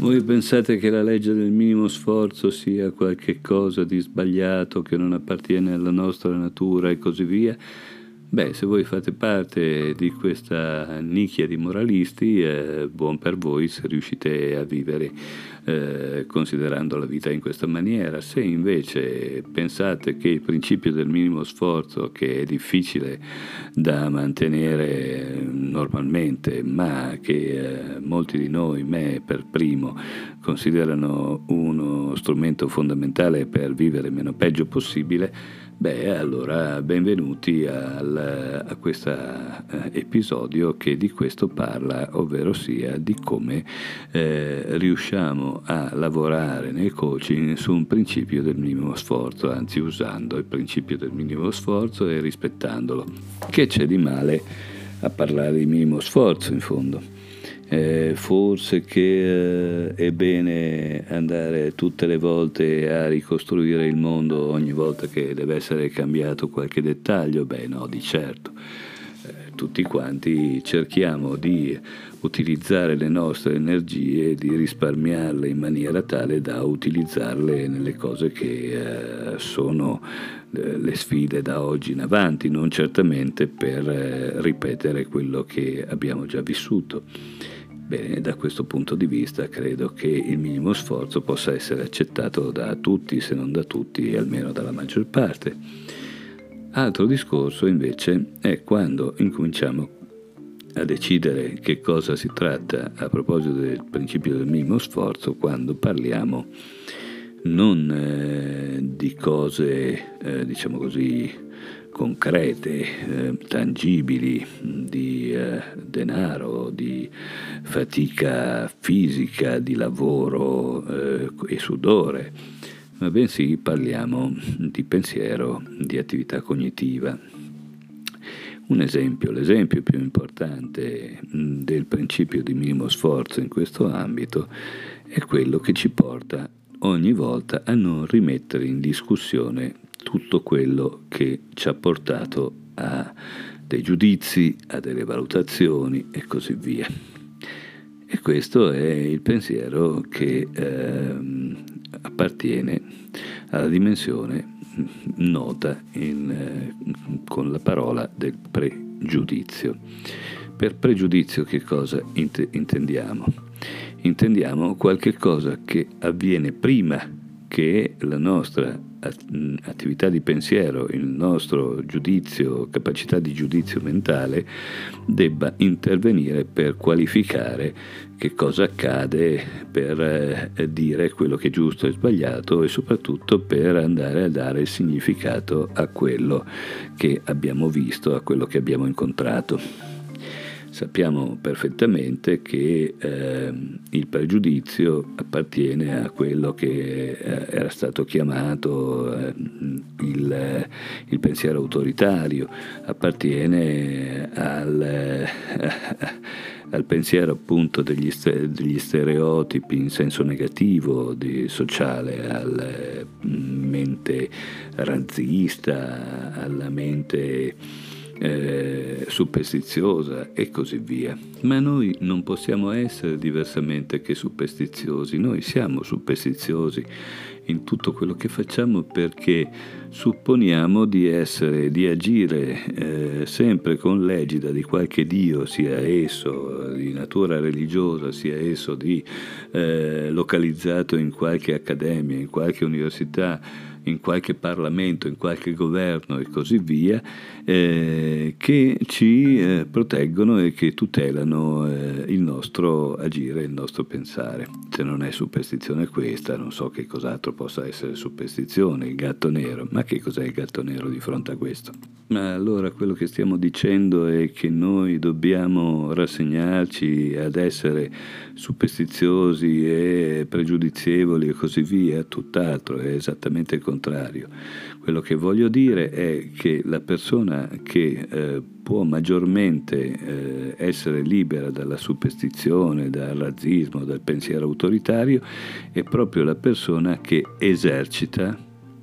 Voi pensate che la legge del minimo sforzo sia qualche cosa di sbagliato che non appartiene alla nostra natura e così via? Beh, se voi fate parte di questa nicchia di moralisti, buon per voi se riuscite a vivere considerando la vita in questa maniera. Se invece pensate che il principio del minimo sforzo, che è difficile da mantenere normalmente, ma che molti di noi, me per primo, considerano uno strumento fondamentale per vivere meno peggio possibile, beh, allora benvenuti a questo episodio che di questo parla, ovvero sia di come riusciamo a lavorare nel coaching su un principio del minimo sforzo, anzi usando il principio del minimo sforzo e rispettandolo. Che c'è di male a parlare di minimo sforzo in fondo? Forse che è bene andare tutte le volte a ricostruire il mondo ogni volta che deve essere cambiato qualche dettaglio? Beh, no, di certo. Tutti quanti cerchiamo di utilizzare le nostre energie, di risparmiarle in maniera tale da utilizzarle nelle cose che sono le sfide da oggi in avanti, non certamente per ripetere quello che abbiamo già vissuto. Bene, da questo punto di vista credo che il minimo sforzo possa essere accettato da tutti, se non da tutti, almeno dalla maggior parte. Altro discorso invece è quando incominciamo a decidere che cosa si tratta a proposito del principio del minimo sforzo, quando parliamo non di cose, diciamo così, concrete, tangibili, di denaro, di fatica fisica, di lavoro e sudore, ma bensì parliamo di pensiero, di attività cognitiva. Un esempio, l'esempio più importante del principio di minimo sforzo in questo ambito è quello che ci porta ogni volta a non rimettere in discussione tutto quello che ci ha portato a dei giudizi, a delle valutazioni e così via. E questo è il pensiero che appartiene alla dimensione nota con la parola del pregiudizio. Per pregiudizio che cosa intendiamo? Intendiamo qualche cosa che avviene prima che la nostra attività di pensiero, il nostro giudizio, capacità di giudizio mentale debba intervenire per qualificare che cosa accade, per dire quello che è giusto e sbagliato e soprattutto per andare a dare il significato a quello che abbiamo visto, a quello che abbiamo incontrato. Sappiamo perfettamente che il pregiudizio appartiene a quello che era stato chiamato il pensiero autoritario, appartiene al pensiero appunto degli stereotipi in senso negativo, sociale, alla mente razzista, alla mente superstiziosa e così via. Ma noi non possiamo essere diversamente che superstiziosi. Noi siamo superstiziosi in tutto quello che facciamo perché supponiamo di agire sempre con l'egida di qualche dio, sia esso di natura religiosa, sia esso localizzato in qualche accademia, in qualche università, in qualche Parlamento, in qualche governo e così via, che ci proteggono e che tutelano il nostro agire, il nostro pensare. Se non è superstizione questa, non so che cos'altro possa essere superstizione, il gatto nero. Ma che cos'è il gatto nero di fronte a questo? Ma allora quello che stiamo dicendo è che noi dobbiamo rassegnarci ad essere superstiziosi e pregiudizievoli e così via, tutt'altro, è esattamente il contrario. Quello che voglio dire è che la persona che può maggiormente essere libera dalla superstizione, dal razzismo, dal pensiero autoritario, è proprio la persona che esercita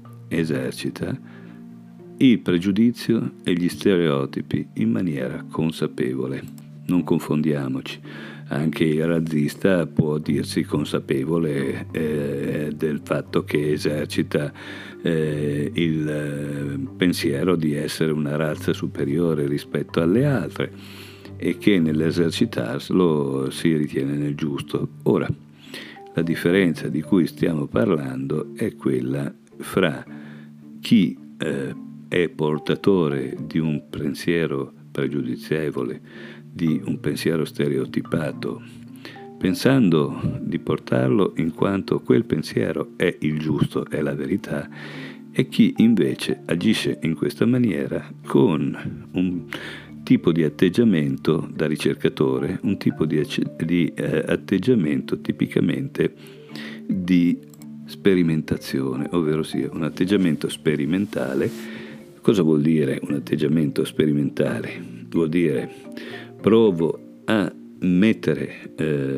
il pregiudizio e gli stereotipi in maniera consapevole. Non confondiamoci. Anche il razzista può dirsi consapevole del fatto che esercita il pensiero di essere una razza superiore rispetto alle altre e che nell'esercitarselo si ritiene nel giusto. Ora, la differenza di cui stiamo parlando è quella fra chi è portatore di un pensiero pregiudizievole, di un pensiero stereotipato, pensando di portarlo in quanto quel pensiero è il giusto, è la verità, e chi invece agisce in questa maniera con un tipo di atteggiamento da ricercatore, un tipo di atteggiamento tipicamente di sperimentazione, ovvero sia un atteggiamento sperimentale. Cosa vuol dire un atteggiamento sperimentale? Vuol dire provo a mettere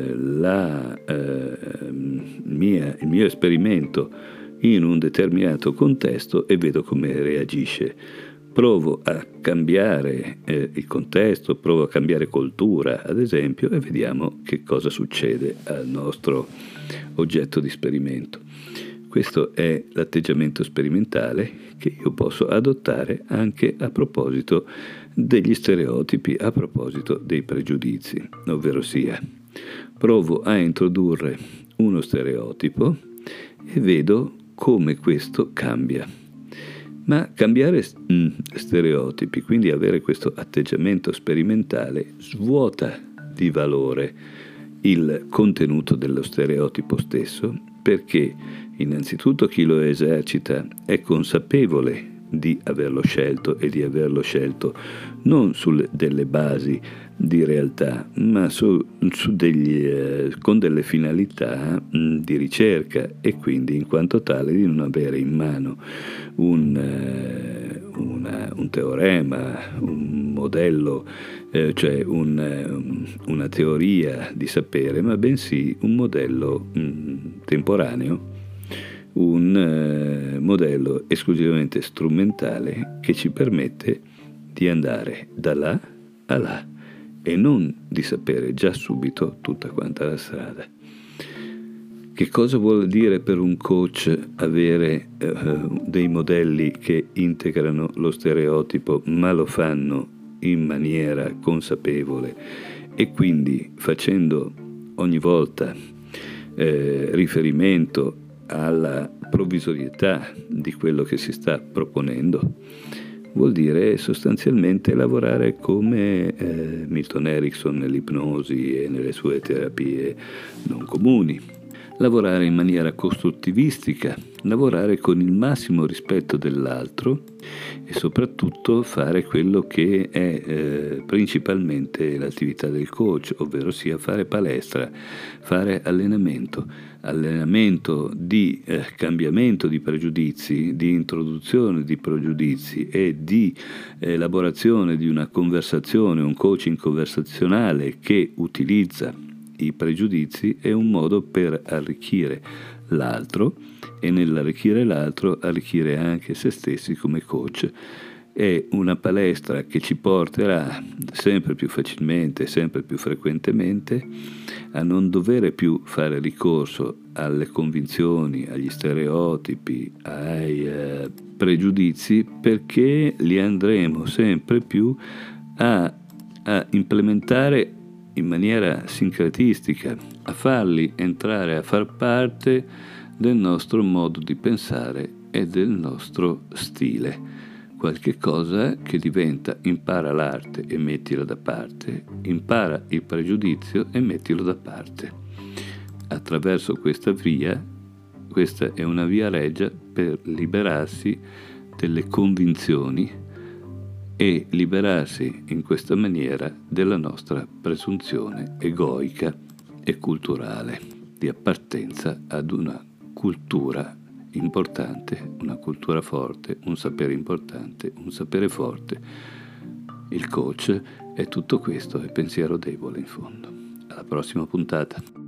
il mio esperimento in un determinato contesto e vedo come reagisce. Provo a cambiare il contesto, provo a cambiare cultura, ad esempio, e vediamo che cosa succede al nostro oggetto di esperimento. Questo è l'atteggiamento sperimentale che io posso adottare anche a proposito degli stereotipi, a proposito dei pregiudizi, ovvero sia, provo a introdurre uno stereotipo e vedo come questo cambia. Ma cambiare stereotipi, quindi avere questo atteggiamento sperimentale, svuota di valore il contenuto dello stereotipo stesso, perché innanzitutto chi lo esercita è consapevole di averlo scelto e di averlo scelto non su delle basi di realtà, ma con delle finalità di ricerca, e quindi in quanto tale di non avere in mano un teorema, un modello, cioè una teoria di sapere, ma bensì un modello temporaneo, un modello esclusivamente strumentale che ci permette di andare da là a là e non di sapere già subito tutta quanta la strada. Che cosa vuol dire per un coach avere dei modelli che integrano lo stereotipo, ma lo fanno in maniera consapevole e quindi facendo ogni volta riferimento alla provvisorietà di quello che si sta proponendo? Vuol dire sostanzialmente lavorare come Milton Erickson nell'ipnosi e nelle sue terapie non comuni, lavorare in maniera costruttivistica, lavorare con il massimo rispetto dell'altro e soprattutto fare quello che è principalmente l'attività del coach, ovvero sia fare palestra, fare allenamento di cambiamento di pregiudizi, di introduzione di pregiudizi e di elaborazione di una conversazione, un coaching conversazionale che utilizza i pregiudizi è un modo per arricchire l'altro e nell'arricchire l'altro arricchire anche se stessi come coach. È una palestra che ci porterà sempre più facilmente, sempre più frequentemente a non dovere più fare ricorso alle convinzioni, agli stereotipi, ai pregiudizi, perché li andremo sempre più a implementare in maniera sincretistica, a farli entrare a far parte del nostro modo di pensare e del nostro stile. Qualche cosa che diventa impara l'arte e mettila da parte, impara il pregiudizio e mettilo da parte. Attraverso questa via, questa è una via regia per liberarsi delle convinzioni e liberarsi in questa maniera della nostra presunzione egoica e culturale di appartenenza ad una cultura importante, una cultura forte, un sapere importante, un sapere forte. Il coach è tutto questo, è pensiero debole in fondo. Alla prossima puntata.